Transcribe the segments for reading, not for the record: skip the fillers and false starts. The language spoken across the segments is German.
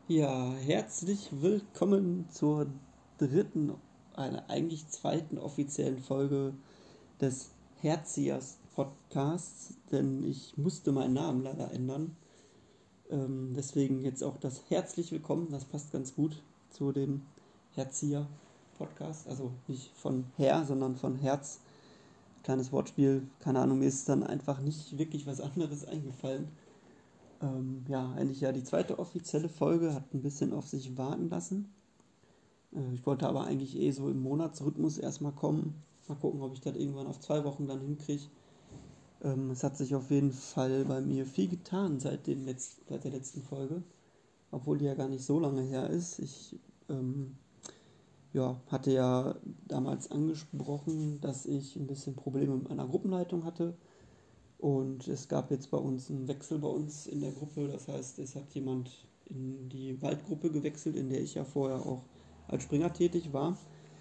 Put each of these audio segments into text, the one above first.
Ja, herzlich willkommen zur dritten, einer eigentlich zweiten offiziellen Folge des Herziers Podcasts, denn ich musste meinen Namen leider ändern. Deswegen jetzt auch das herzlich willkommen, das passt ganz gut zu dem Herzier Podcast. Also nicht von Herr, sondern von Herz. Kleines Wortspiel, keine Ahnung, mir ist dann einfach nicht wirklich was anderes eingefallen. Ja, eigentlich ja die zweite offizielle Folge, hat ein bisschen auf sich warten lassen. Ich wollte aber eigentlich so im Monatsrhythmus erstmal kommen. Mal gucken, ob ich das irgendwann auf 2 Wochen dann hinkriege. Es hat sich auf jeden Fall bei mir viel getan seit der letzten Folge. Obwohl die ja gar nicht so lange her ist. Ich hatte ja damals angesprochen, dass ich ein bisschen Probleme mit meiner Gruppenleitung hatte. Und es gab jetzt bei uns einen Wechsel bei uns in der Gruppe. Das heißt, es hat jemand in die Waldgruppe gewechselt, in der ich ja vorher auch als Springer tätig war.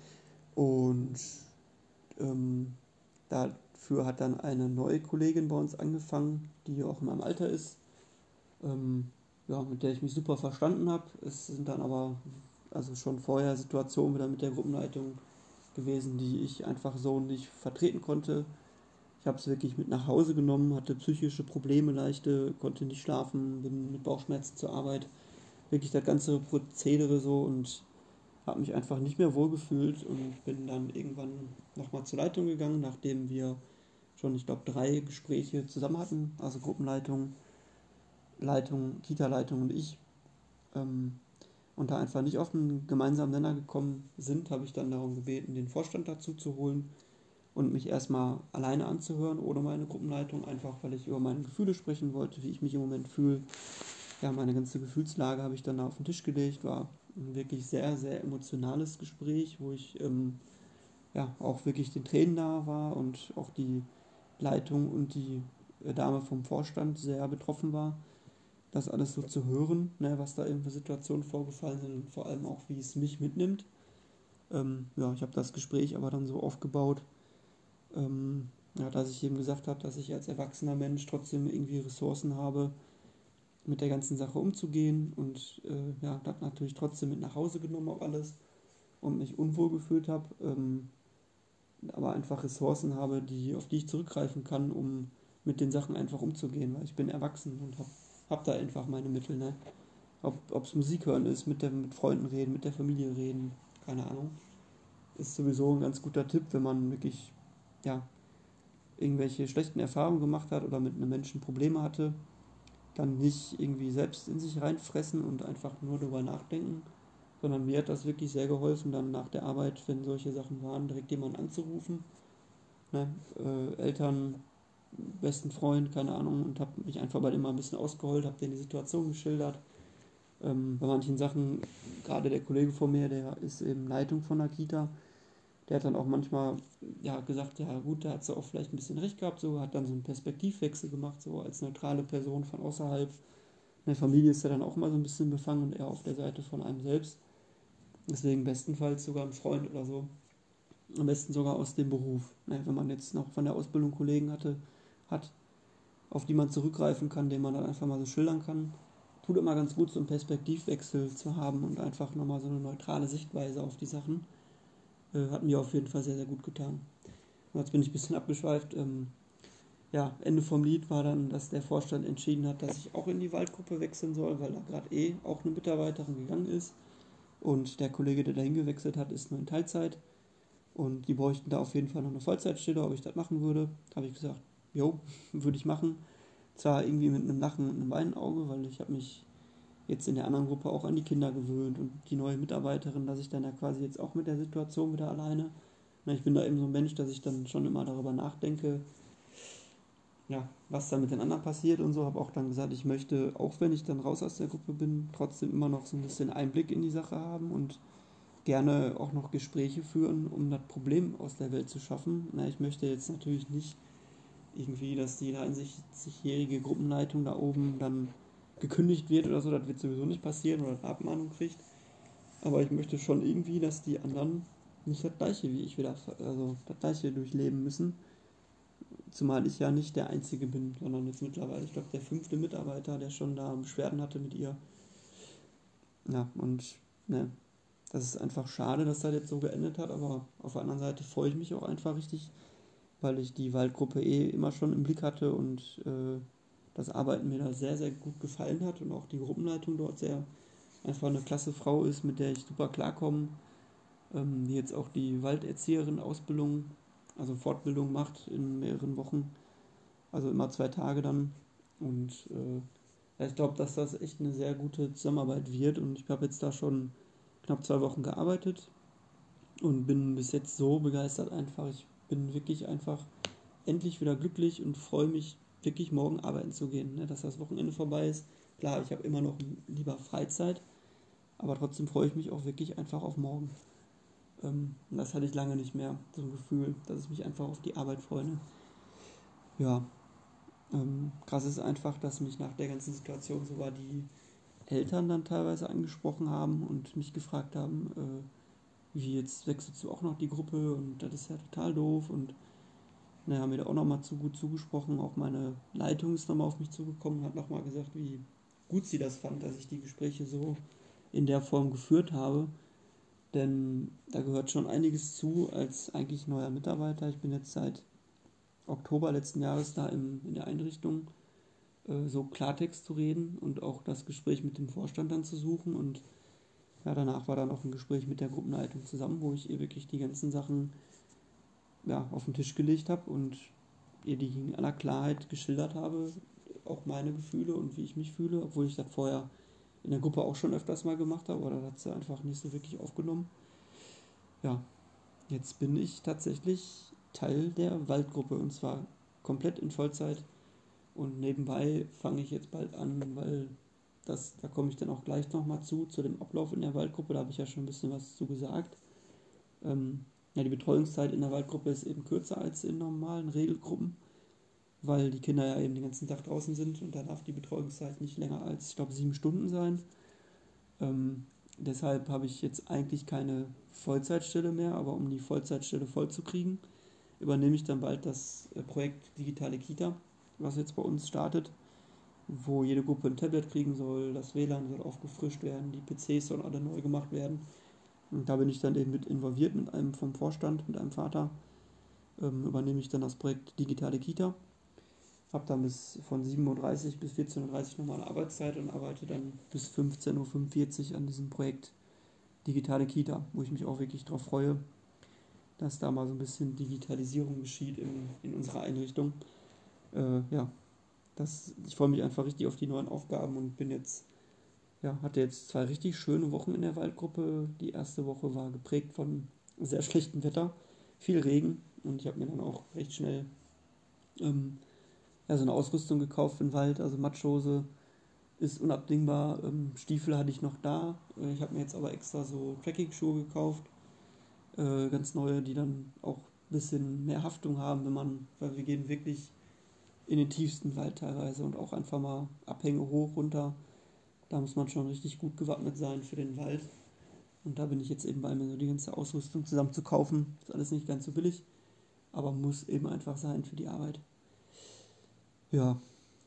Und ähm, dafür hat dann eine neue Kollegin bei uns angefangen, die auch in meinem Alter ist, ähm, ja, mit der ich mich super verstanden habe. Es sind dann aber also schon vorher Situationen wieder mit der Gruppenleitung gewesen, die ich einfach so nicht vertreten konnte. Ich habe es wirklich mit nach Hause genommen, hatte psychische Probleme, leichte, konnte nicht schlafen, bin mit Bauchschmerzen zur Arbeit. Wirklich das ganze Prozedere so und habe mich einfach nicht mehr wohlgefühlt und bin dann irgendwann nochmal zur Leitung gegangen, nachdem wir schon, ich glaube, 3 Gespräche zusammen hatten, also Gruppenleitung, Leitung, Kita-Leitung und ich. Ähm, und da einfach nicht auf einen gemeinsamen Nenner gekommen sind, habe ich dann darum gebeten, den Vorstand dazu zu holen und mich erstmal alleine anzuhören, ohne meine Gruppenleitung, einfach weil ich über meine Gefühle sprechen wollte, wie ich mich im Moment fühle. Ja, meine ganze Gefühlslage habe ich dann da auf den Tisch gelegt, war ein wirklich sehr, sehr emotionales Gespräch, wo ich auch wirklich den Tränen nahe war und auch die Leitung und die Dame vom Vorstand sehr betroffen war, das alles so zu hören, ne, was da eben für Situationen vorgefallen sind und vor allem auch, wie es mich mitnimmt. Ich habe das Gespräch aber dann so aufgebaut, dass ich eben gesagt habe, dass ich als erwachsener Mensch trotzdem irgendwie Ressourcen habe, mit der ganzen Sache umzugehen und das natürlich trotzdem mit nach Hause genommen habe alles und mich unwohl gefühlt habe, aber einfach Ressourcen habe, auf die ich zurückgreifen kann, um mit den Sachen einfach umzugehen, weil ich bin erwachsen und hab da einfach meine Mittel, ne? Ob es Musik hören ist, mit Freunden reden, mit der Familie reden, keine Ahnung. Ist sowieso ein ganz guter Tipp, wenn man wirklich, ja, irgendwelche schlechten Erfahrungen gemacht hat oder mit einem Menschen Probleme hatte, dann nicht irgendwie selbst in sich reinfressen und einfach nur darüber nachdenken, sondern mir hat das wirklich sehr geholfen, dann nach der Arbeit, wenn solche Sachen waren, direkt jemanden anzurufen, ne? Eltern, besten Freund, keine Ahnung, und habe mich einfach bei dem mal ein bisschen ausgeheult, habe denen die Situation geschildert. Bei manchen Sachen, gerade der Kollege von mir, der ist eben Leitung von der Kita, der hat dann auch manchmal gesagt, ja gut, da hat sie auch vielleicht ein bisschen recht gehabt, so, hat dann so einen Perspektivwechsel gemacht, so als neutrale Person von außerhalb. In der Familie ist er dann auch mal so ein bisschen befangen und eher auf der Seite von einem selbst. Deswegen bestenfalls sogar ein Freund oder so. Am besten sogar aus dem Beruf. Ne, wenn man jetzt noch von der Ausbildung Kollegen hat, auf die man zurückgreifen kann, denen man dann einfach mal so schildern kann. Tut immer ganz gut, so einen Perspektivwechsel zu haben und einfach nochmal so eine neutrale Sichtweise auf die Sachen. Hat mir auf jeden Fall sehr, sehr gut getan. Und jetzt bin ich ein bisschen abgeschweift. Ende vom Lied war dann, dass der Vorstand entschieden hat, dass ich auch in die Waldgruppe wechseln soll, weil da gerade auch eine Mitarbeiterin gegangen ist. Und der Kollege, der dahin gewechselt hat, ist nur in Teilzeit. Und die bräuchten da auf jeden Fall noch eine Vollzeitstelle, ob ich das machen würde. Habe ich gesagt, jo, würde ich machen. Zwar irgendwie mit einem Lachen und einem Weinauge, weil ich habe mich jetzt in der anderen Gruppe auch an die Kinder gewöhnt und die neue Mitarbeiterin, dass ich dann ja quasi jetzt auch mit der Situation wieder alleine. Na, ich bin da eben so ein Mensch, dass ich dann schon immer darüber nachdenke, ja, was da mit den anderen passiert und so. Habe auch dann gesagt, ich möchte, auch wenn ich dann raus aus der Gruppe bin, trotzdem immer noch so ein bisschen Einblick in die Sache haben und gerne auch noch Gespräche führen, um das Problem aus der Welt zu schaffen. Na, ich möchte jetzt natürlich nicht irgendwie, dass die 63-jährige Gruppenleitung da oben dann gekündigt wird oder so, das wird sowieso nicht passieren oder eine Abmahnung kriegt. Aber ich möchte schon irgendwie, dass die anderen nicht das gleiche wie ich wieder, also das gleiche durchleben müssen. Zumal ich ja nicht der Einzige bin, sondern jetzt mittlerweile, ich glaube, der 5. Mitarbeiter, der schon da Beschwerden hatte mit ihr. Ja, und ne, das ist einfach schade, dass das jetzt so geendet hat, aber auf der anderen Seite freue ich mich auch einfach richtig, weil ich die Waldgruppe immer schon im Blick hatte und das Arbeiten mir da sehr, sehr gut gefallen hat und auch die Gruppenleitung dort sehr einfach eine klasse Frau ist, mit der ich super klarkomme, die jetzt auch die Walderzieherin-Ausbildung, also Fortbildung macht in mehreren Wochen, also immer 2 Tage dann. Und ja, ich glaube, dass das echt eine sehr gute Zusammenarbeit wird und ich habe jetzt da schon knapp 2 Wochen gearbeitet und bin bis jetzt so begeistert einfach. Ich bin wirklich einfach endlich wieder glücklich und freue mich wirklich morgen arbeiten zu gehen, ne? Dass das Wochenende vorbei ist. Klar, ich habe immer noch lieber Freizeit, aber trotzdem freue ich mich auch wirklich einfach auf morgen. Und das hatte ich lange nicht mehr, so ein Gefühl, dass ich mich einfach auf die Arbeit freue. Ne? Ja, krass ist einfach, dass mich nach der ganzen Situation sogar die Eltern dann teilweise angesprochen haben und mich gefragt haben, wie jetzt wechselst du auch noch die Gruppe und das ist ja total doof und naja, haben mir da auch nochmal gut zugesprochen. Auch meine Leitung ist nochmal auf mich zugekommen und hat nochmal gesagt, wie gut sie das fand, dass ich die Gespräche so in der Form geführt habe. Denn da gehört schon einiges zu als eigentlich neuer Mitarbeiter. Ich bin jetzt seit Oktober letzten Jahres da in der Einrichtung, so Klartext zu reden und auch das Gespräch mit dem Vorstand dann zu suchen. Und ja, danach war dann auch ein Gespräch mit der Gruppenleitung zusammen, wo ich ihr wirklich die ganzen Sachen ja, auf den Tisch gelegt habe und ihr die in aller Klarheit geschildert habe, auch meine Gefühle und wie ich mich fühle, obwohl ich das vorher in der Gruppe auch schon öfters mal gemacht habe, oder das hat sie einfach nicht so wirklich aufgenommen. Ja, jetzt bin ich tatsächlich Teil der Waldgruppe und zwar komplett in Vollzeit und nebenbei fange ich jetzt bald an, weil da komme ich dann auch gleich nochmal zu dem Ablauf in der Waldgruppe, da habe ich ja schon ein bisschen was zu gesagt. Ja, die Betreuungszeit in der Waldgruppe ist eben kürzer als in normalen Regelgruppen, weil die Kinder ja eben den ganzen Tag draußen sind und da darf die Betreuungszeit nicht länger als, ich glaube, 7 Stunden sein. Deshalb habe ich jetzt eigentlich keine Vollzeitstelle mehr, aber um die Vollzeitstelle voll zu kriegen, übernehme ich dann bald das Projekt Digitale Kita, was jetzt bei uns startet, wo jede Gruppe ein Tablet kriegen soll, das WLAN soll aufgefrischt werden, die PCs sollen alle neu gemacht werden. Und da bin ich dann eben mit involviert mit einem vom Vorstand, mit einem Vater, übernehme ich dann das Projekt Digitale Kita. Habe dann von 7:30 Uhr bis 14:30 Uhr nochmal eine Arbeitszeit und arbeite dann bis 15:45 Uhr an diesem Projekt Digitale Kita, wo ich mich auch wirklich darauf freue, dass da mal so ein bisschen Digitalisierung geschieht in unserer Einrichtung. Ja, ich freue mich einfach richtig auf die neuen Aufgaben und hatte jetzt 2 richtig schöne Wochen in der Waldgruppe. Die erste Woche war geprägt von sehr schlechtem Wetter, viel Regen und ich habe mir dann auch recht schnell so eine Ausrüstung gekauft für den Wald, also Matschhose ist unabdingbar, Stiefel hatte ich noch da, ich habe mir jetzt aber extra so Trekking-Schuhe gekauft, ganz neue, die dann auch ein bisschen mehr Haftung haben, weil wir gehen wirklich in den tiefsten Wald teilweise und auch einfach mal Abhänge hoch, runter, da muss man schon richtig gut gewappnet sein für den Wald und da bin ich jetzt eben bei mir so die ganze Ausrüstung zusammen zu kaufen, ist alles nicht ganz so billig, aber muss eben einfach sein für die Arbeit. Ja,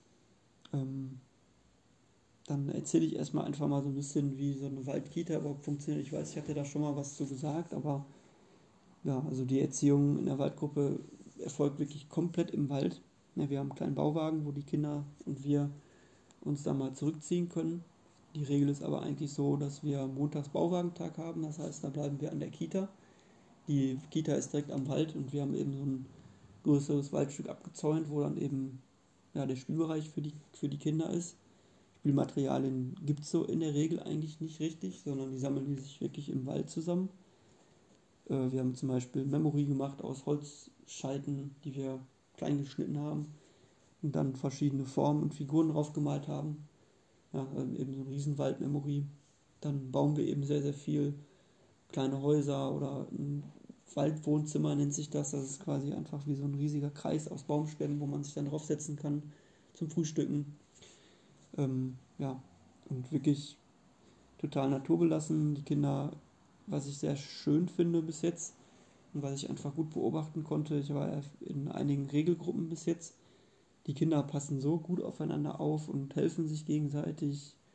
dann erzähle ich erstmal einfach mal so ein bisschen, wie so eine Waldkita überhaupt funktioniert. Ich weiß, ich hatte da schon mal was zu gesagt, aber ja, also die Erziehung in der Waldgruppe erfolgt wirklich komplett im Wald. Ja, wir haben einen kleinen Bauwagen, wo die Kinder und wir uns da mal zurückziehen können. Die Regel ist aber eigentlich so, dass wir montags Bauwagentag haben, das heißt, da bleiben wir an der Kita. Die Kita ist direkt am Wald und wir haben eben so ein größeres Waldstück abgezäunt, wo dann eben der Spielbereich für die Kinder ist. Spielmaterialien gibt es so in der Regel eigentlich nicht richtig, sondern die sammeln die sich wirklich im Wald zusammen. Wir haben zum Beispiel Memory gemacht aus Holzscheiten, die wir klein geschnitten haben und dann verschiedene Formen und Figuren drauf gemalt haben. Ja, also eben so ein Riesenwald-Memory. Dann bauen wir eben sehr, sehr viel kleine Häuser oder ein Waldwohnzimmer nennt sich das. Das ist quasi einfach wie so ein riesiger Kreis aus Baumstämmen, wo man sich dann draufsetzen kann zum Frühstücken. Und wirklich total naturbelassen. Die Kinder, was ich sehr schön finde bis jetzt und was ich einfach gut beobachten konnte, ich war ja in einigen Regelgruppen bis jetzt, die Kinder passen so gut aufeinander auf und helfen sich gegenseitig,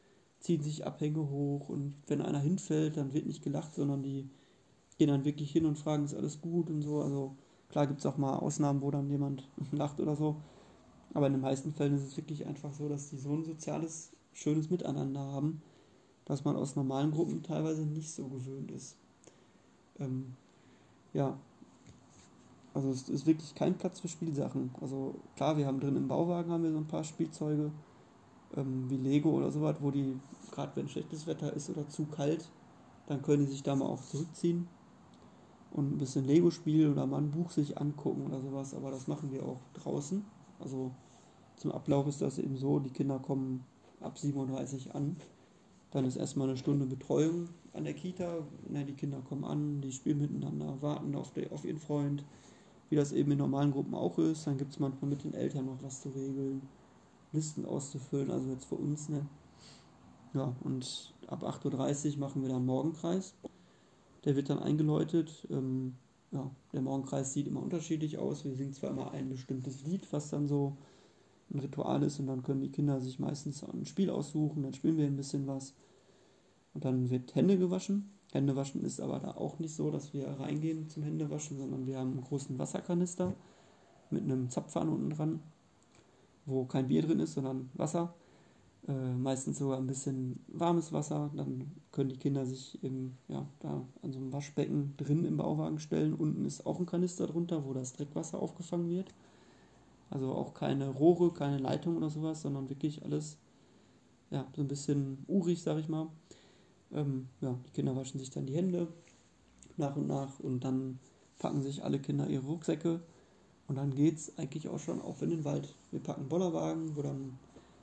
ziehen sich Abhänge hoch und wenn einer hinfällt, dann wird nicht gelacht, sondern die gehen dann wirklich hin und fragen, ist alles gut und so. Also klar gibt es auch mal Ausnahmen, wo dann jemand lacht oder so, aber in den meisten Fällen ist es wirklich einfach so, dass die so ein soziales, schönes Miteinander haben, dass man aus normalen Gruppen teilweise nicht so gewöhnt ist. Ähm, ja, also es ist wirklich kein Platz für Spielsachen. Also klar, wir haben drin im Bauwagen haben wir so ein paar Spielzeuge, wie Lego oder sowas, wo die, gerade wenn schlechtes Wetter ist oder zu kalt, dann können die sich da mal auch zurückziehen und ein bisschen Lego spielen oder mal ein Buch sich angucken oder sowas, aber das machen wir auch draußen. Also zum Ablauf ist das eben so, die Kinder kommen ab 7:30 Uhr an, dann ist erstmal eine Stunde Betreuung an der Kita, ne, die Kinder kommen an, die spielen miteinander, warten auf ihren Freund, wie das eben in normalen Gruppen auch ist, dann gibt es manchmal mit den Eltern noch was zu regeln, Listen auszufüllen, also jetzt für uns, ne. Ja, und ab 8:30 Uhr machen wir dann Morgenkreis. Der wird dann eingeläutet. Ja, der Morgenkreis sieht immer unterschiedlich aus. Wir singen zwar immer ein bestimmtes Lied, was dann so ein Ritual ist, und dann können die Kinder sich meistens ein Spiel aussuchen, dann spielen wir ein bisschen was. Und dann wird Hände gewaschen. Händewaschen ist aber da auch nicht so, dass wir reingehen zum Händewaschen, sondern wir haben einen großen Wasserkanister mit einem Zapfhahn unten dran, wo kein Bier drin ist, sondern Wasser. Meistens sogar ein bisschen warmes Wasser. Dann können die Kinder sich eben, ja, da an so einem Waschbecken drin im Bauwagen stellen. Unten ist auch ein Kanister drunter, wo das Dreckwasser aufgefangen wird. Also auch keine Rohre, keine Leitung oder sowas, sondern wirklich alles, ja, so ein bisschen urig, sag ich mal. Ja, die Kinder waschen sich dann die Hände nach und nach und dann packen sich alle Kinder ihre Rucksäcke und dann geht's eigentlich auch schon auf in den Wald. Wir packen einen Bollerwagen, wo dann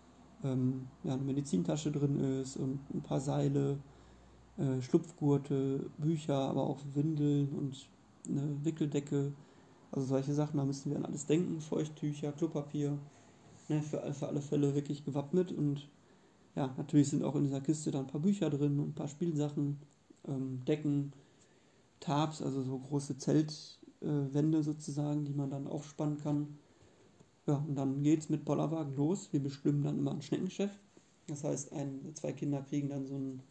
ja, eine Medizintasche drin ist und ein paar Seile, Schlupfgurte, Bücher, aber auch Windeln und eine Wickeldecke. Also solche Sachen, da müssen wir an alles denken. Feuchttücher, Klopapier, ne, für alle Fälle wirklich gewappnet. Und ja, natürlich sind auch in dieser Kiste dann ein paar Bücher drin und ein paar Spielsachen, Decken, Tarps, also so große Zeltwände sozusagen, die man dann aufspannen kann. Ja, und dann geht's mit Bollerwagen los. Wir bestimmen dann immer einen Schneckenchef. Das heißt, zwei Kinder kriegen dann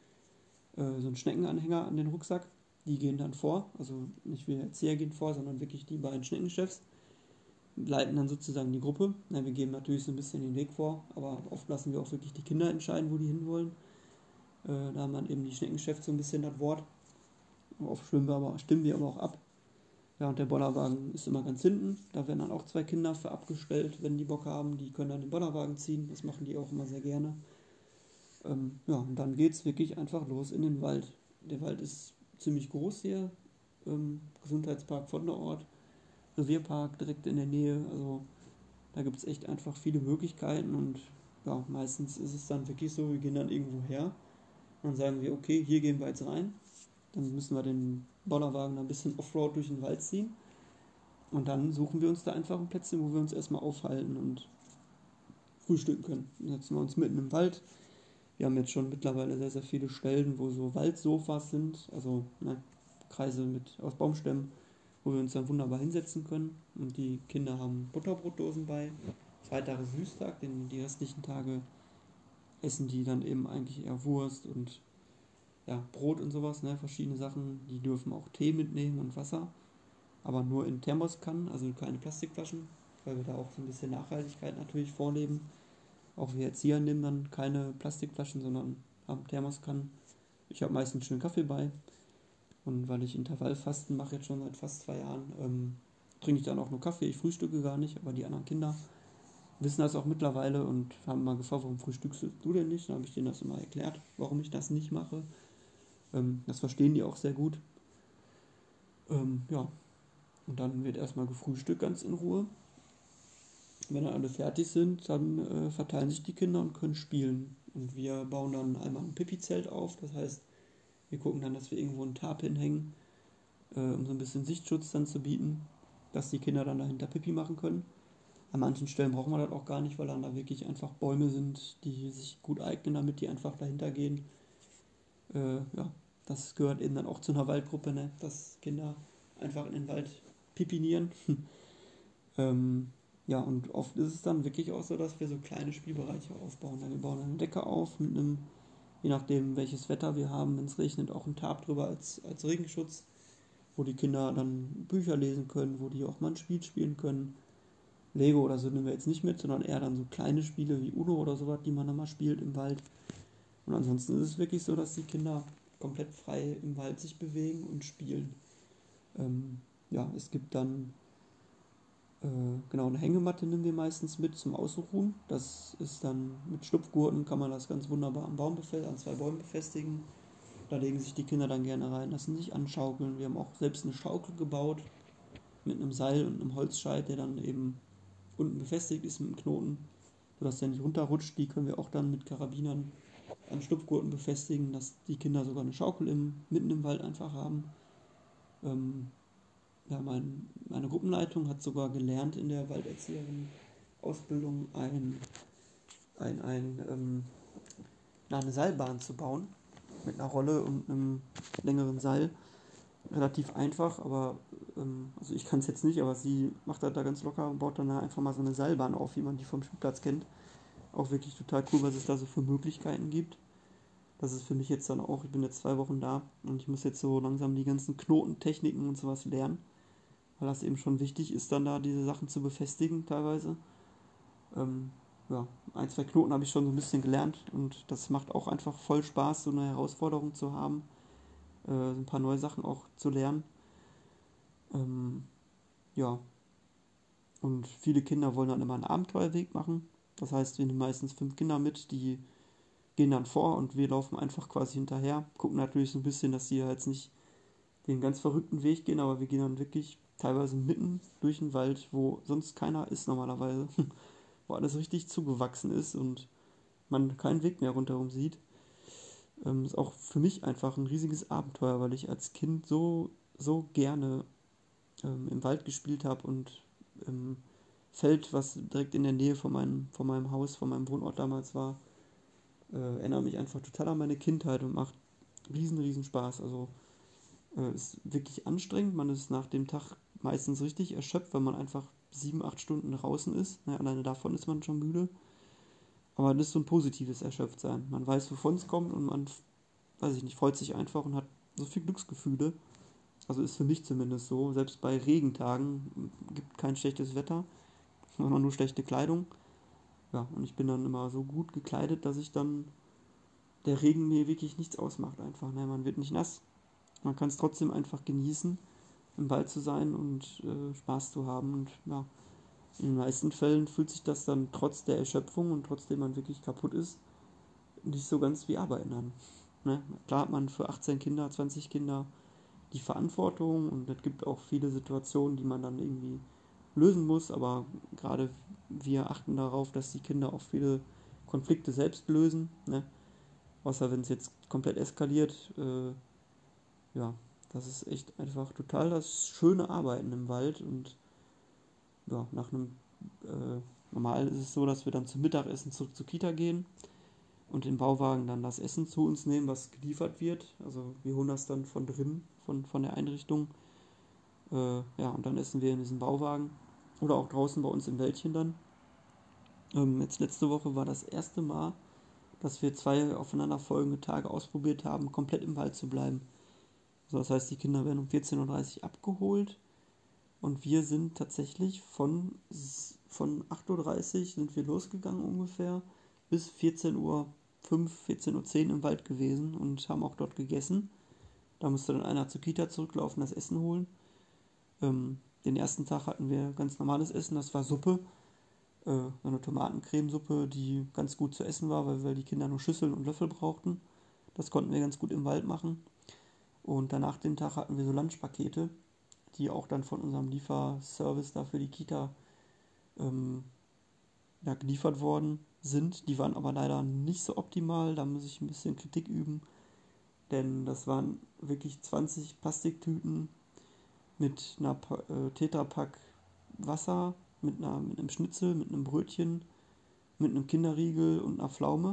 so einen Schneckenanhänger an den Rucksack. Die gehen dann vor, also nicht wir Erzieher gehen vor, sondern wirklich die beiden Schneckenchefs. Leiten dann sozusagen die Gruppe. Ja, wir geben natürlich so ein bisschen den Weg vor, aber oft lassen wir auch wirklich die Kinder entscheiden, wo die hinwollen. Da haben dann eben die Schneckenchefs so ein bisschen das Wort. Oft stimmen wir aber auch ab. Ja, und der Bollerwagen ist immer ganz hinten. Da werden dann auch zwei Kinder für abgestellt, wenn die Bock haben. Die können dann den Bollerwagen ziehen. Das machen die auch immer sehr gerne. Ja, und dann geht es wirklich einfach los in den Wald. Der Wald ist ziemlich groß hier. Gesundheitspark von der Ort. Revierpark direkt in der Nähe. Also da gibt es echt einfach viele Möglichkeiten. Und ja, meistens ist es dann wirklich so, wir gehen dann irgendwo her. Und dann sagen wir, okay, hier gehen wir jetzt rein. Dann müssen wir den Bollerwagen ein bisschen Offroad durch den Wald ziehen. Und dann suchen wir uns da einfach ein Plätzchen, wo wir uns erstmal aufhalten und frühstücken können. Dann setzen wir uns mitten im Wald. Wir haben jetzt schon mittlerweile sehr, sehr viele Stellen, wo so Waldsofas sind, also Kreise aus Baumstämmen, wo wir uns dann wunderbar hinsetzen können. Und die Kinder haben Butterbrotdosen bei. Freitag ist Süßtag, denn die restlichen Tage essen die dann eben eigentlich eher Wurst und ja, Brot und sowas, ne, verschiedene Sachen. Die dürfen auch Tee mitnehmen und Wasser, aber nur in Thermoskannen, also keine Plastikflaschen, weil wir da auch so ein bisschen Nachhaltigkeit natürlich vorleben. Auch wir Erzieher nehmen dann keine Plastikflaschen, sondern haben Thermoskannen. Ich habe meistens schön Kaffee bei. Und weil ich Intervallfasten mache jetzt schon seit fast 2 Jahren, trinke ich dann auch nur Kaffee. Ich frühstücke gar nicht, aber die anderen Kinder wissen das auch mittlerweile und haben mal gefragt, warum frühstückst du denn nicht? Dann habe ich denen das immer erklärt, warum ich das nicht mache. Das verstehen die auch sehr gut. Ja, und dann wird erstmal gefrühstückt ganz in Ruhe. Wenn dann alle fertig sind, dann verteilen sich die Kinder und können spielen. Und wir bauen dann einmal ein Pipi-Zelt auf. Das heißt, wir gucken dann, dass wir irgendwo einen Tarp hinhängen, um so ein bisschen Sichtschutz dann zu bieten, dass die Kinder dann dahinter Pipi machen können. An manchen Stellen brauchen wir das auch gar nicht, weil dann da wirklich einfach Bäume sind, die sich gut eignen, damit die einfach dahinter gehen. Ja, das gehört eben dann auch zu einer Waldgruppe, ne? Dass Kinder einfach in den Wald pipinieren. Ja, und oft ist es dann wirklich auch so, dass wir so kleine Spielbereiche aufbauen. Wir bauen eine Decke auf mit einem je nachdem welches Wetter wir haben, wenn es regnet, auch ein Tarp drüber als Regenschutz, wo die Kinder dann Bücher lesen können, wo die auch mal ein Spiel spielen können. Lego oder so nehmen wir jetzt nicht mit, sondern eher dann so kleine Spiele wie Uno oder sowas, die man dann mal spielt im Wald. Und ansonsten ist es wirklich so, dass die Kinder komplett frei im Wald sich bewegen und spielen. Ja, es gibt dann genau eine Hängematte nehmen wir meistens mit zum Ausruhen. Das ist dann mit Schlupfgurten kann man das ganz wunderbar an 2 Bäumen befestigen. Da legen sich die Kinder dann gerne rein, lassen sich anschaukeln. Wir haben auch selbst eine Schaukel gebaut mit einem Seil und einem Holzscheit, der dann eben unten befestigt ist mit einem Knoten, sodass der nicht runterrutscht. Die können wir auch dann mit Karabinern an Schlupfgurten befestigen, dass die Kinder sogar eine Schaukel mitten im Wald einfach haben. Ja, meine Gruppenleitung hat sogar gelernt in der Walderzieherin-Ausbildung eine Seilbahn zu bauen mit einer Rolle und einem längeren Seil. Relativ einfach, aber also ich kann es jetzt nicht, aber sie macht das da ganz locker und baut dann einfach mal so eine Seilbahn auf, wie man die vom Spielplatz kennt. Auch wirklich total cool, was es da so für Möglichkeiten gibt. Das ist für mich jetzt dann auch, ich bin jetzt 2 Wochen da und ich muss jetzt so langsam die ganzen Knotentechniken und sowas lernen, weil das eben schon wichtig ist, dann da diese Sachen zu befestigen teilweise. Ja, 1, 2 Knoten habe ich schon so ein bisschen gelernt und das macht auch einfach voll Spaß, so eine Herausforderung zu haben, so ein paar neue Sachen auch zu lernen. Ja, und viele Kinder wollen dann immer einen Abenteuerweg machen. Das heißt, wir nehmen meistens 5 Kinder mit, die gehen dann vor und wir laufen einfach quasi hinterher. Gucken natürlich so ein bisschen, dass sie jetzt nicht den ganz verrückten Weg gehen, aber wir gehen dann wirklich teilweise mitten durch den Wald, wo sonst keiner ist normalerweise, wo alles richtig zugewachsen ist und man keinen Weg mehr rundherum sieht. Ist auch für mich einfach ein riesiges Abenteuer, weil ich als Kind so gerne im Wald gespielt habe und im Feld, was direkt in der Nähe von meinem Haus, von meinem Wohnort damals war, erinnere mich einfach total an meine Kindheit und macht riesen Spaß. Also ist wirklich anstrengend. Man ist nach dem Tag meistens richtig erschöpft, weil man einfach 7, 8 Stunden draußen ist. Naja, alleine davon ist man schon müde. Aber das ist so ein positives Erschöpftsein. Man weiß, wovon es kommt und man, weiß ich nicht, freut sich einfach und hat so viel Glücksgefühle. Also ist für mich zumindest so. Selbst bei Regentagen gibt kein schlechtes Wetter, sondern nur schlechte Kleidung. Ja, und ich bin dann immer so gut gekleidet, dass ich dann der Regen mir wirklich nichts ausmacht einfach. Ne? Man wird nicht nass. Man kann es trotzdem einfach genießen, im Wald zu sein und Spaß zu haben. Und ja, in den meisten Fällen fühlt sich das dann trotz der Erschöpfung und trotzdem man wirklich kaputt ist, nicht so ganz wie Arbeiten an. Ne? Klar hat man für 18 Kinder, 20 Kinder die Verantwortung und es gibt auch viele Situationen, die man dann irgendwie lösen muss, aber gerade wir achten darauf, dass die Kinder auch viele Konflikte selbst lösen, ne? Außer wenn es jetzt komplett eskaliert, ja, das ist echt einfach total das schöne Arbeiten im Wald und ja, nach einem, normal ist es so, dass wir dann zum Mittagessen zurück zur Kita gehen und im Bauwagen dann das Essen zu uns nehmen, was geliefert wird. Also wir holen das dann von drin, von der Einrichtung. Ja, und dann essen wir in diesem Bauwagen oder auch draußen bei uns im Wäldchen dann. Jetzt letzte Woche war das erste Mal, dass wir 2 aufeinanderfolgende Tage ausprobiert haben, komplett im Wald zu bleiben. Also das heißt, die Kinder werden um 14:30 Uhr abgeholt und wir sind tatsächlich von 8:30 Uhr sind wir losgegangen ungefähr bis 14:05 Uhr, 14:10 Uhr im Wald gewesen und haben auch dort gegessen. Da musste dann einer zur Kita zurücklaufen, das Essen holen. Den ersten Tag hatten wir ganz normales Essen, das war Suppe. Eine Tomatencremesuppe, die ganz gut zu essen war, weil die Kinder nur Schüsseln und Löffel brauchten. Das konnten wir ganz gut im Wald machen. Und danach den Tag hatten wir so Lunchpakete, die auch dann von unserem Lieferservice da für die Kita ja, geliefert worden sind. Die waren aber leider nicht so optimal, da muss ich ein bisschen Kritik üben, denn das waren wirklich 20 Plastiktüten mit einer Tetrapack Wasser, mit einem Schnitzel, mit einem Brötchen, mit einem Kinderriegel und einer Pflaume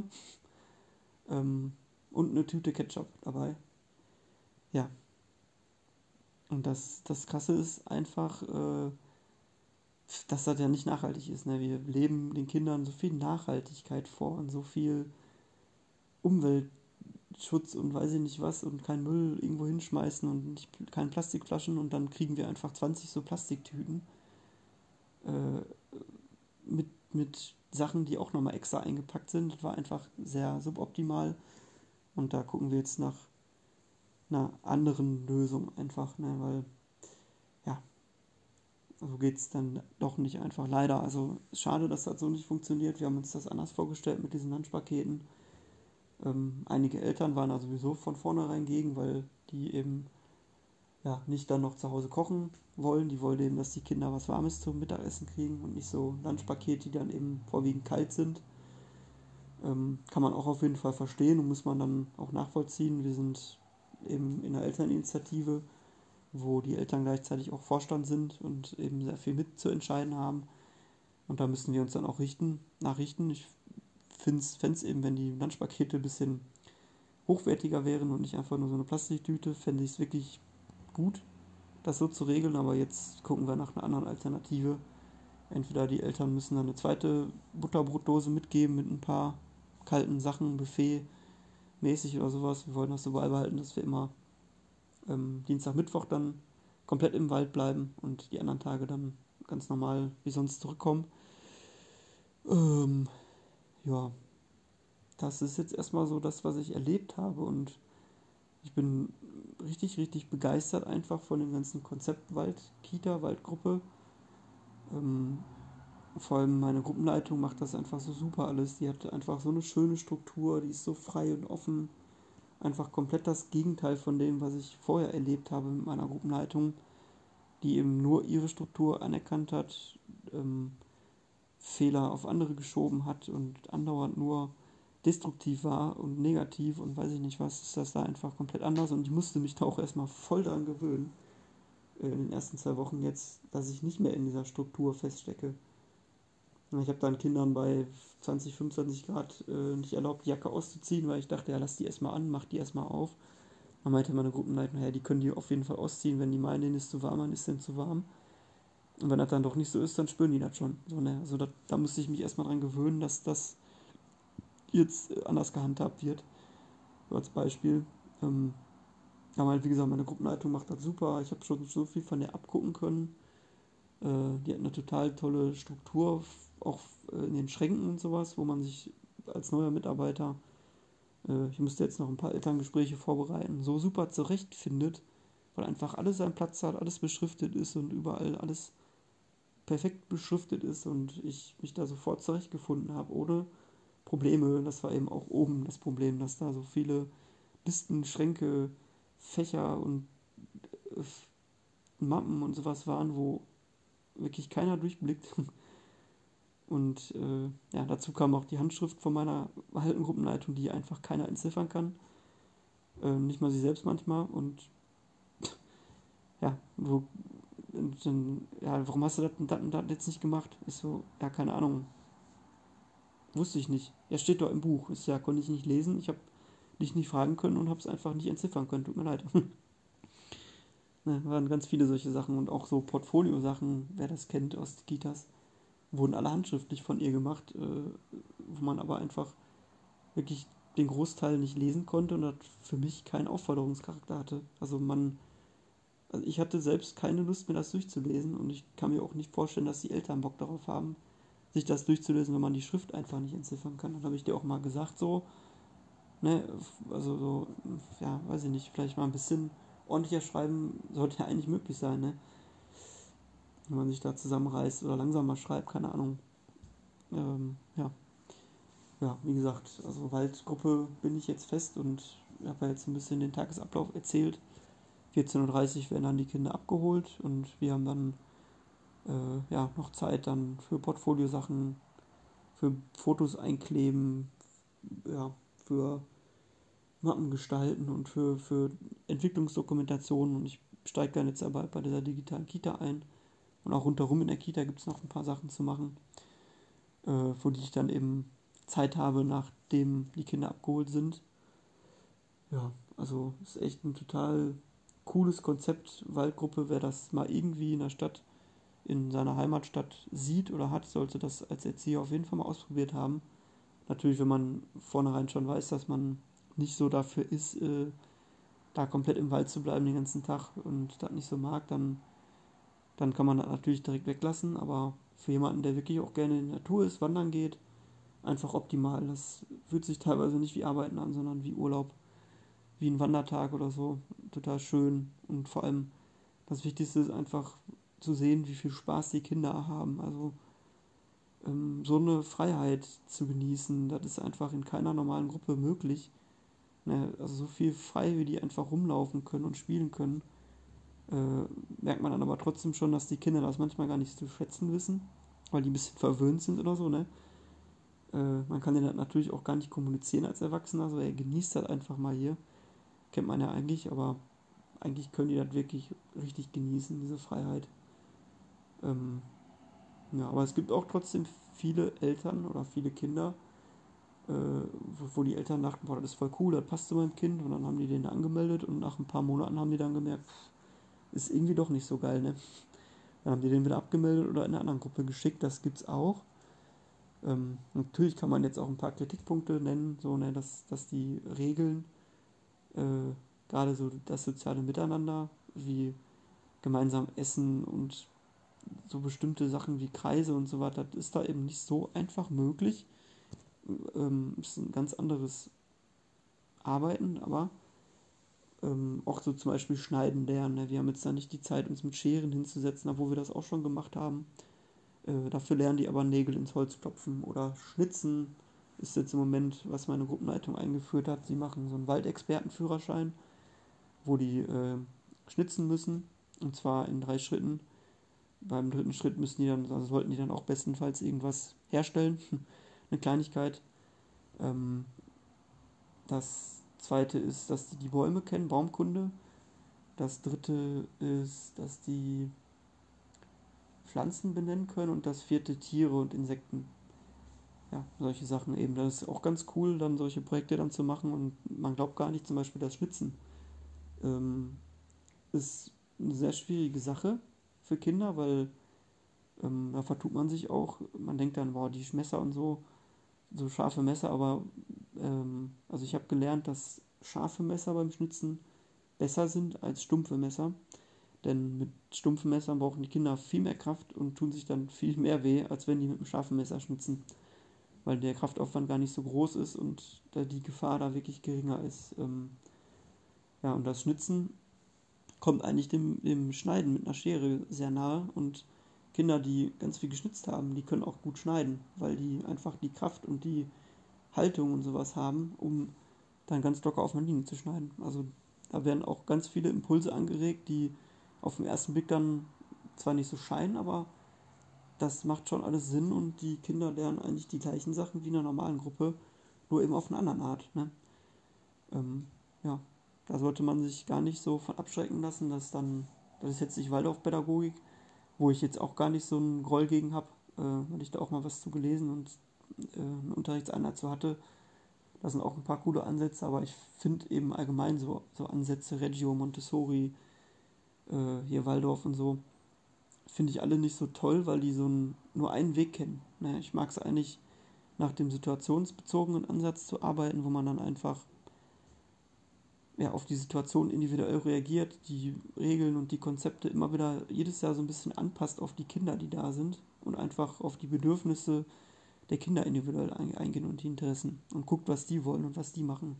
und eine Tüte Ketchup dabei. Ja, und das Krasse ist einfach, dass das ja nicht nachhaltig ist. Ne? Wir leben den Kindern so viel Nachhaltigkeit vor und so viel Umwelt Umweltschutz und weiß ich nicht was und keinen Müll irgendwo hinschmeißen und keine Plastikflaschen und dann kriegen wir einfach 20 so Plastiktüten äh, mit Sachen, die auch nochmal extra eingepackt sind. Das war einfach sehr suboptimal und da gucken wir jetzt nach einer anderen Lösung einfach, ne, weil ja, so geht es dann doch nicht einfach, leider. Also schade, dass das so nicht funktioniert. Wir haben uns das anders vorgestellt mit diesen Lunchpaketen. Einige Eltern waren da sowieso von vornherein gegen, weil die eben ja nicht dann noch zu Hause kochen wollen. Die wollen eben, dass die Kinder was Warmes zum Mittagessen kriegen und nicht so Lunchpakete, die dann eben vorwiegend kalt sind. Kann man auch auf jeden Fall verstehen und muss man dann auch nachvollziehen. Wir sind eben in einer Elterninitiative, wo die Eltern gleichzeitig auch Vorstand sind und eben sehr viel mitzuentscheiden haben. Und da müssen wir uns dann auch nachrichten. Ich fände es eben, wenn die Lunchpakete ein bisschen hochwertiger wären und nicht einfach nur so eine Plastiktüte, fände ich es wirklich gut, das so zu regeln. Aber jetzt gucken wir nach einer anderen Alternative. Entweder die Eltern müssen dann eine zweite Butterbrotdose mitgeben mit ein paar kalten Sachen, Buffet mäßig oder sowas. Wir wollen das so beibehalten, dass wir immer Dienstag, Mittwoch dann komplett im Wald bleiben und die anderen Tage dann ganz normal wie sonst zurückkommen. Ja, das ist jetzt erstmal so das, was ich erlebt habe und ich bin richtig, richtig begeistert einfach von dem ganzen Konzept Waldkita, Waldgruppe. Vor allem meine Gruppenleitung macht das einfach so super alles. Die hat einfach so eine schöne Struktur, die ist so frei und offen. Einfach komplett das Gegenteil von dem, was ich vorher erlebt habe mit meiner Gruppenleitung, die eben nur ihre Struktur anerkannt hat, Fehler auf andere geschoben hat und andauernd nur destruktiv war und negativ und weiß ich nicht was, ist das da einfach komplett anders und ich musste mich da auch erstmal voll dran gewöhnen, in den ersten 2 Wochen jetzt, dass ich nicht mehr in dieser Struktur feststecke. Ich habe dann Kindern bei 20, 25 Grad nicht erlaubt, die Jacke auszuziehen, weil ich dachte, ja, lass die erstmal an, mach die erstmal auf. Dann meinte meine Gruppenleitung, ja, die können die auf jeden Fall ausziehen, wenn die meinen, denen ist zu warm, dann ist denen zu warm. Und wenn das dann doch nicht so ist, dann spüren die das schon. So, ne? Also da musste ich mich erstmal dran gewöhnen, dass das jetzt anders gehandhabt wird. So als Beispiel. Aber halt, wie gesagt, meine Gruppenleitung macht das super. Ich habe schon so viel von der abgucken können. Die hat eine total tolle Struktur, auch in den Schränken und sowas, wo man sich als neuer Mitarbeiter, ich musste jetzt noch ein paar Elterngespräche vorbereiten, so super zurechtfindet, weil einfach alles seinen Platz hat, alles beschriftet ist und überall alles perfekt beschriftet ist und ich mich da sofort zurechtgefunden habe, ohne Probleme. Das war eben auch oben das Problem, dass da so viele Listen, Schränke, Fächer und Mappen und sowas waren, wo wirklich keiner durchblickt. Und ja, dazu kam auch die Handschrift von meiner alten Gruppenleitung, die einfach keiner entziffern kann. Nicht mal sie selbst manchmal. Und ja, ja, warum hast du das und das jetzt nicht gemacht? Ich so, ja, keine Ahnung. Wusste ich nicht. Ja, steht doch im Buch. Ist ja, konnte ich nicht lesen. Ich habe dich nicht fragen können und habe es einfach nicht entziffern können. Tut mir leid. Ne, waren ganz viele solche Sachen und auch so Portfolio-Sachen, wer das kennt aus Kitas, wurden alle handschriftlich von ihr gemacht, wo man aber einfach wirklich den Großteil nicht lesen konnte und das für mich keinen Aufforderungscharakter hatte. Also ich hatte selbst keine Lust, mir das durchzulesen und ich kann mir auch nicht vorstellen, dass die Eltern Bock darauf haben, sich das durchzulesen, wenn man die Schrift einfach nicht entziffern kann. Dann habe ich dir auch mal gesagt, so, ne, also so, ja, weiß ich nicht, vielleicht mal ein bisschen ordentlicher schreiben sollte ja eigentlich möglich sein, ne? Wenn man sich da zusammenreißt oder langsamer schreibt, keine Ahnung. Ja. Ja, wie gesagt, also Waldgruppe bin ich jetzt fest und habe ja jetzt ein bisschen den Tagesablauf erzählt. 14:30 Uhr werden dann die Kinder abgeholt und wir haben dann ja, noch Zeit dann für Portfoliosachen, für Fotos einkleben, ja, für Mappen gestalten und für Entwicklungsdokumentationen und ich steige dann jetzt aber bei dieser digitalen Kita ein und auch rundherum in der Kita gibt es noch ein paar Sachen zu machen, für die ich dann eben Zeit habe, nachdem die Kinder abgeholt sind. Ja, also ist echt ein total cooles Konzept, Waldgruppe. Wer das mal irgendwie in der Stadt, in seiner Heimatstadt sieht oder hat, sollte das als Erzieher auf jeden Fall mal ausprobiert haben. Natürlich, wenn man vornherein schon weiß, dass man nicht so dafür ist, da komplett im Wald zu bleiben den ganzen Tag und das nicht so mag, dann kann man das natürlich direkt weglassen, aber für jemanden, der wirklich auch gerne in der Natur ist, wandern geht, einfach optimal. Das fühlt sich teilweise nicht wie Arbeiten an, sondern wie Urlaub, wie ein Wandertag oder so. Total schön und vor allem das Wichtigste ist einfach zu sehen, wie viel Spaß die Kinder haben. Also so eine Freiheit zu genießen, das ist einfach in keiner normalen Gruppe möglich. Ne? Also so viel frei, wie die einfach rumlaufen können und spielen können, merkt man dann aber trotzdem schon, dass die Kinder das manchmal gar nicht zu schätzen wissen, weil die ein bisschen verwöhnt sind oder so. Ne? Man kann denen das natürlich auch gar nicht kommunizieren als Erwachsener, so er genießt das einfach mal hier. Kennt man ja eigentlich, aber eigentlich können die das wirklich richtig genießen, diese Freiheit. Ähm, ja, aber es gibt auch trotzdem viele Eltern oder viele Kinder, wo die Eltern dachten, boah, das ist voll cool, das passt zu meinem Kind und dann haben die den da angemeldet und nach ein paar Monaten haben die dann gemerkt, ist irgendwie doch nicht so geil, ne? Dann haben die den wieder abgemeldet oder in eine andere Gruppe geschickt, das gibt's auch. Natürlich kann man jetzt auch ein paar Kritikpunkte nennen, so, ne, dass die Regeln, äh, gerade so das soziale Miteinander, wie gemeinsam essen und so bestimmte Sachen wie Kreise und so weiter, das ist da eben nicht so einfach möglich. Ist ein ganz anderes Arbeiten, aber auch so zum Beispiel schneiden lernen. Ne? Wir haben jetzt da nicht die Zeit, uns mit Scheren hinzusetzen, obwohl wir das auch schon gemacht haben. Dafür lernen die aber Nägel ins Holz klopfen oder schnitzen. Ist jetzt im Moment, was meine Gruppenleitung eingeführt hat. Sie machen so einen Waldexpertenführerschein, wo die schnitzen müssen. Und zwar in 3 Schritten. Beim 3. Schritt müssen die dann, also sollten die dann auch bestenfalls irgendwas herstellen. Eine Kleinigkeit. Ähm, Das zweite ist, dass die Bäume kennen, Baumkunde. Das dritte ist, dass die Pflanzen benennen können und das vierte Tiere und Insekten. Ja, solche Sachen eben. Das ist auch ganz cool, dann solche Projekte dann zu machen und man glaubt gar nicht, zum Beispiel das Schnitzen ähm, ist eine sehr schwierige Sache für Kinder, weil da vertut man sich auch. Man denkt dann, boah, die Messer und so, so scharfe Messer, aber also ich habe gelernt, dass scharfe Messer beim Schnitzen besser sind als stumpfe Messer. Denn mit stumpfen Messern brauchen die Kinder viel mehr Kraft und tun sich dann viel mehr weh, als wenn die mit einem scharfen Messer schnitzen. Weil der Kraftaufwand gar nicht so groß ist und da die Gefahr da wirklich geringer ist. Ja, und das Schnitzen kommt eigentlich dem Schneiden mit einer Schere sehr nahe. Und Kinder, die ganz viel geschnitzt haben, die können auch gut schneiden, weil die einfach die Kraft und die Haltung und sowas haben, um dann ganz locker auf einer Linie zu schneiden. Also da werden auch ganz viele Impulse angeregt, die auf den ersten Blick dann zwar nicht so scheinen, aber das macht schon alles Sinn und die Kinder lernen eigentlich die gleichen Sachen wie in einer normalen Gruppe, nur eben auf eine andere Art. Ne? Ja, da sollte man sich gar nicht so von abschrecken lassen, das ist jetzt nicht Waldorfpädagogik, wo ich jetzt auch gar nicht so einen Groll gegen habe, weil ich da auch mal was zu gelesen und eine Unterrichtseinheit zu hatte. Da sind auch ein paar coole Ansätze, aber ich finde eben allgemein so Ansätze, Reggio, Montessori, hier Waldorf und so, finde ich alle nicht so toll, weil die nur einen Weg kennen. Ne? Ich mag es eigentlich, nach dem situationsbezogenen Ansatz zu arbeiten, wo man dann einfach ja, auf die Situation individuell reagiert, die Regeln und die Konzepte immer wieder jedes Jahr so ein bisschen anpasst auf die Kinder, die da sind und einfach auf die Bedürfnisse der Kinder individuell eingehen und die Interessen und guckt, was die wollen und was die machen.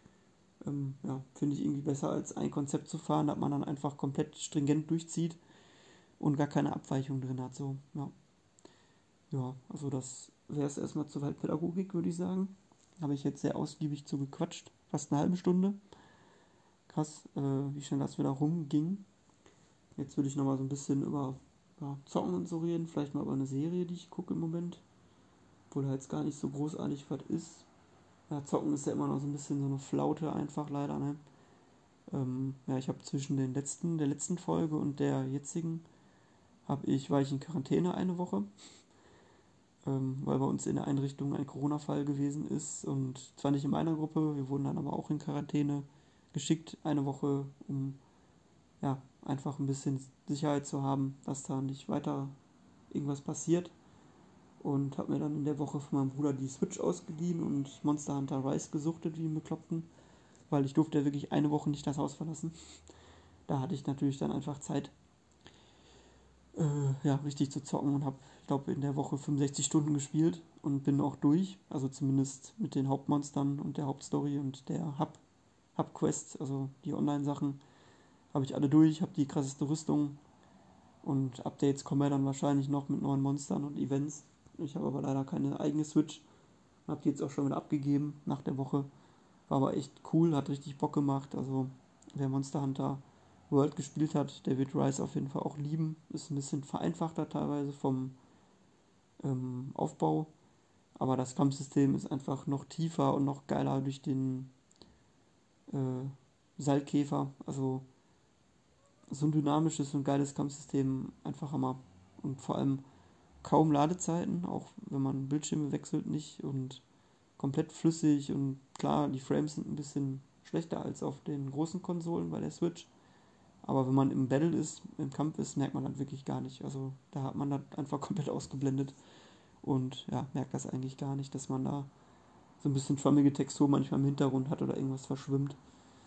Ja, finde ich irgendwie besser, als ein Konzept zu fahren, das man dann einfach komplett stringent durchzieht und gar keine Abweichung drin hat. So, ja. Ja, also das wäre es erstmal zur Waldpädagogik, würde ich sagen. Habe ich jetzt sehr ausgiebig zu gequatscht, fast eine halbe Stunde. Krass, wie schnell das wieder rumging. Jetzt würde ich nochmal so ein bisschen über Zocken und so reden, vielleicht mal über eine Serie, die ich gucke im Moment. Obwohl da jetzt gar nicht so großartig was ist. Ja, Zocken ist ja immer noch so ein bisschen so eine Flaute einfach leider, ne? Ja, ich habe zwischen der letzten Folge und der jetzigen war ich in Quarantäne eine Woche, weil bei uns in der Einrichtung ein Corona-Fall gewesen ist und zwar nicht in meiner Gruppe, wir wurden dann aber auch in Quarantäne geschickt, eine Woche, um ja, einfach ein bisschen Sicherheit zu haben, dass da nicht weiter irgendwas passiert und habe mir dann in der Woche von meinem Bruder die Switch ausgeliehen und Monster Hunter Rise gesuchtet wie einen Bekloppten. weil ich durfte ja wirklich eine Woche nicht das Haus verlassen. Da hatte ich natürlich dann einfach Zeit, richtig zu zocken und habe, ich glaube, in der Woche 65 Stunden gespielt und bin auch durch. Also zumindest mit den Hauptmonstern und der Hauptstory und der Hub-Quest, also die Online-Sachen, habe ich alle durch, habe die krasseste Rüstung und Updates kommen ja dann wahrscheinlich noch mit neuen Monstern und Events. Ich habe aber leider keine eigene Switch, habe die jetzt auch schon wieder abgegeben nach der Woche. War aber echt cool, hat richtig Bock gemacht. Also wer Monster Hunter World gespielt hat, der wird Rise auf jeden Fall auch lieben. Ist ein bisschen vereinfachter teilweise vom Aufbau, aber das Kampfsystem ist einfach noch tiefer und noch geiler durch den Seilkäfer. Also so ein dynamisches und geiles Kampfsystem, einfach Hammer. Und vor allem kaum Ladezeiten, auch wenn man Bildschirme wechselt nicht und komplett flüssig und klar, die Frames sind ein bisschen schlechter als auf den großen Konsolen bei der Switch. Aber wenn man im Battle ist, im Kampf ist, merkt man das wirklich gar nicht. Also da hat man das einfach komplett ausgeblendet und ja, merkt das eigentlich gar nicht, dass man da so ein bisschen schwammige Textur manchmal im Hintergrund hat oder irgendwas verschwimmt.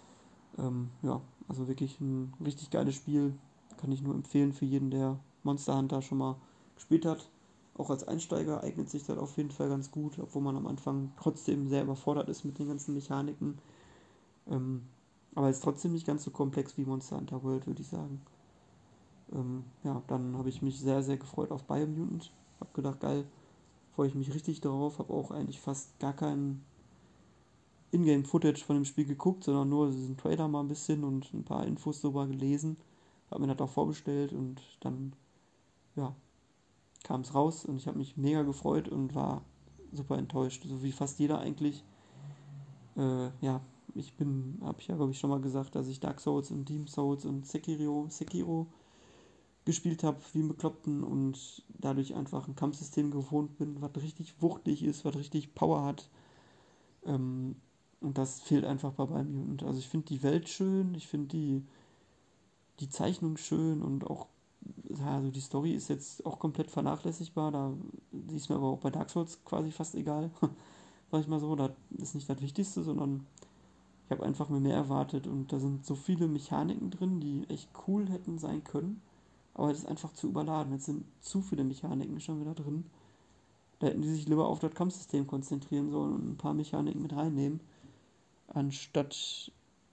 Also wirklich ein richtig geiles Spiel. Kann ich nur empfehlen für jeden, der Monster Hunter schon mal gespielt hat. Auch als Einsteiger eignet sich das auf jeden Fall ganz gut, obwohl man am Anfang trotzdem sehr überfordert ist mit den ganzen Mechaniken. Aber ist trotzdem nicht ganz so komplex wie Monster Hunter World, würde ich sagen. Dann habe ich mich sehr, sehr gefreut auf Biomutant. Habe gedacht, geil, freue ich mich richtig drauf. Habe auch eigentlich fast gar kein Ingame-Footage von dem Spiel geguckt, sondern nur diesen Trailer mal ein bisschen und ein paar Infos darüber gelesen. Habe mir das auch vorbestellt und dann, ja, kam es raus und ich habe mich mega gefreut und war super enttäuscht. So wie fast jeder eigentlich. Habe ich ja glaube ich schon mal gesagt, dass ich Dark Souls und Demon Souls und Sekiro gespielt habe wie einen Bekloppten und dadurch einfach ein Kampfsystem gewohnt bin, was richtig wuchtig ist, was richtig Power hat. Und das fehlt einfach bei Biomutant. Also ich finde die Welt schön, ich finde die Zeichnung schön und auch, ja, also die Story ist jetzt auch komplett vernachlässigbar. Die ist mir aber auch bei Dark Souls quasi fast egal. Sag ich mal so, das ist nicht das Wichtigste, sondern ich habe einfach mir mehr erwartet und da sind so viele Mechaniken drin, die echt cool hätten sein können. Aber das ist einfach zu überladen. Jetzt sind zu viele Mechaniken schon wieder drin. Da hätten die sich lieber auf das Kampfsystem konzentrieren sollen und ein paar Mechaniken mit reinnehmen, anstatt,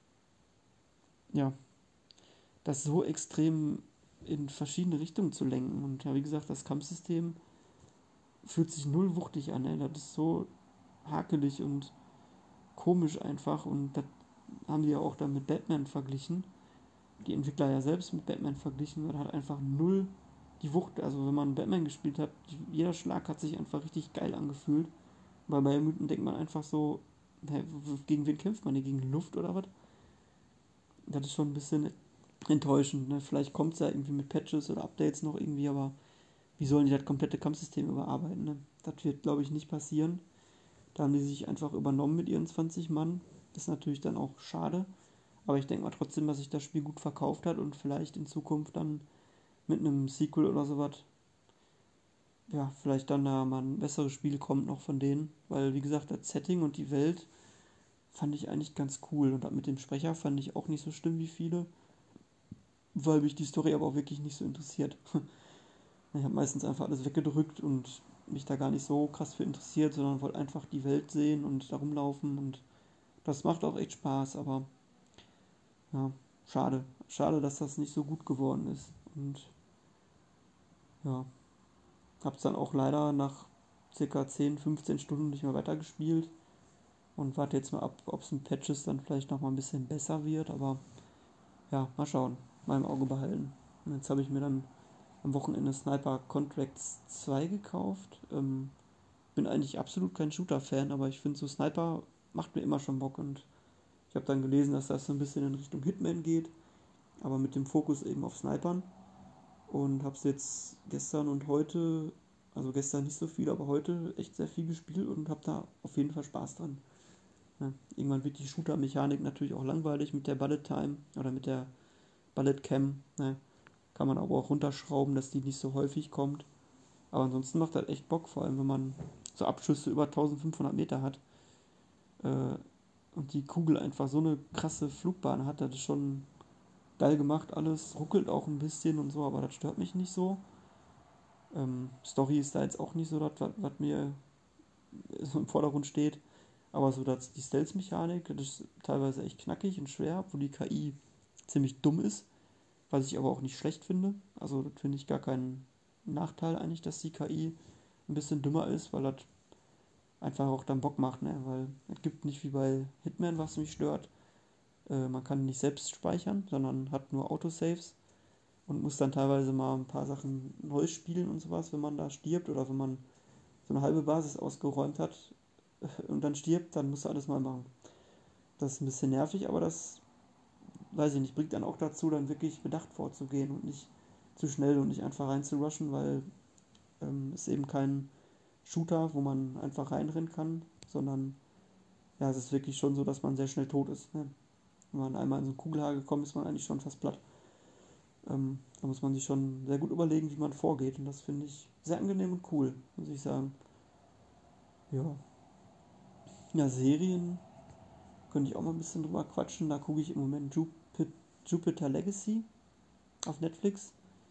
ja, das so extrem in verschiedene Richtungen zu lenken. Und ja, wie gesagt, das Kampfsystem fühlt sich null wuchtig an. Ey. Das ist so hakelig und komisch einfach. Und das haben die ja auch dann mit Batman verglichen. Die Entwickler ja selbst mit Batman verglichen. Das hat einfach null die Wucht. Also wenn man Batman gespielt hat, jeder Schlag hat sich einfach richtig geil angefühlt. Weil bei Mythen denkt man einfach so, gegen wen kämpft man hier? Gegen Luft oder was? Das ist schon ein bisschen enttäuschend. Ne? Vielleicht kommt es ja irgendwie mit Patches oder Updates noch irgendwie, aber wie sollen die das komplette Kampfsystem überarbeiten? Ne? Das wird, glaube ich, nicht passieren. Da haben die sich einfach übernommen mit ihren 20 Mann. Das ist natürlich dann auch schade. Aber ich denke mal trotzdem, dass sich das Spiel gut verkauft hat und vielleicht in Zukunft dann mit einem Sequel oder sowas, ja, vielleicht dann da mal ein besseres Spiel kommt noch von denen. Weil, wie gesagt, das Setting und die Welt fand ich eigentlich ganz cool. Und das mit dem Sprecher fand ich auch nicht so schlimm wie viele, weil mich die Story aber auch wirklich nicht so interessiert. Ich habe meistens einfach alles weggedrückt und mich da gar nicht so krass für interessiert, sondern wollte einfach die Welt sehen und da rumlaufen und das macht auch echt Spaß, aber ja, schade. Schade, dass das nicht so gut geworden ist. Und ja, habe es dann auch leider nach circa 10, 15 Stunden nicht mehr weitergespielt und warte jetzt mal ab, ob es mit Patches dann vielleicht nochmal ein bisschen besser wird, aber ja, mal schauen, mal im Auge behalten. Und jetzt habe ich mir dann am Wochenende Sniper Contracts 2 gekauft. Bin eigentlich absolut kein Shooter-Fan, aber ich finde so Sniper macht mir immer schon Bock und ich habe dann gelesen, dass das so ein bisschen in Richtung Hitman geht, aber mit dem Fokus eben auf Snipern und habe es jetzt gestern und heute, also gestern nicht so viel, aber heute echt sehr viel gespielt und habe da auf jeden Fall Spaß dran. Ja, irgendwann wird die Shooter-Mechanik natürlich auch langweilig mit der Bullet Time oder mit der Bullet Cam. Ja, kann man aber auch runterschrauben, dass die nicht so häufig kommt. Aber ansonsten macht das echt Bock, vor allem wenn man so Abschüsse über 1500 Meter hat. und die Kugel einfach so eine krasse Flugbahn hat. Das ist schon geil gemacht alles, ruckelt auch ein bisschen und so, aber das stört mich nicht so. Story ist da jetzt auch nicht so das, was mir so im Vordergrund steht. Aber so dass die Stealth-Mechanik, das ist teilweise echt knackig und schwer, wo die KI ziemlich dumm ist, was ich aber auch nicht schlecht finde. Also das finde ich gar keinen Nachteil eigentlich, dass die KI ein bisschen dümmer ist, weil das einfach auch dann Bock macht, ne? Weil es gibt nicht wie bei Hitman, was mich stört. Man kann nicht selbst speichern, sondern hat nur Autosaves und muss dann teilweise mal ein paar Sachen neu spielen und sowas, wenn man da stirbt oder wenn man so eine halbe Basis ausgeräumt hat und dann stirbt, dann muss er alles mal machen. Das ist ein bisschen nervig, aber das, weiß ich nicht, bringt dann auch dazu, dann wirklich bedacht vorzugehen und nicht zu schnell und nicht einfach reinzurushen, weil es eben kein Shooter, wo man einfach reinrennen kann, sondern ja, es ist wirklich schon so, dass man sehr schnell tot ist. Ne? Wenn man einmal in so ein Kugelhagel kommt, ist man eigentlich schon fast platt. Da muss man sich schon sehr gut überlegen, wie man vorgeht. Und das finde ich sehr angenehm und cool, muss ich sagen. Ja, ja, Serien könnte ich auch mal ein bisschen drüber quatschen. Da gucke ich im Moment Jupiter Legacy auf Netflix.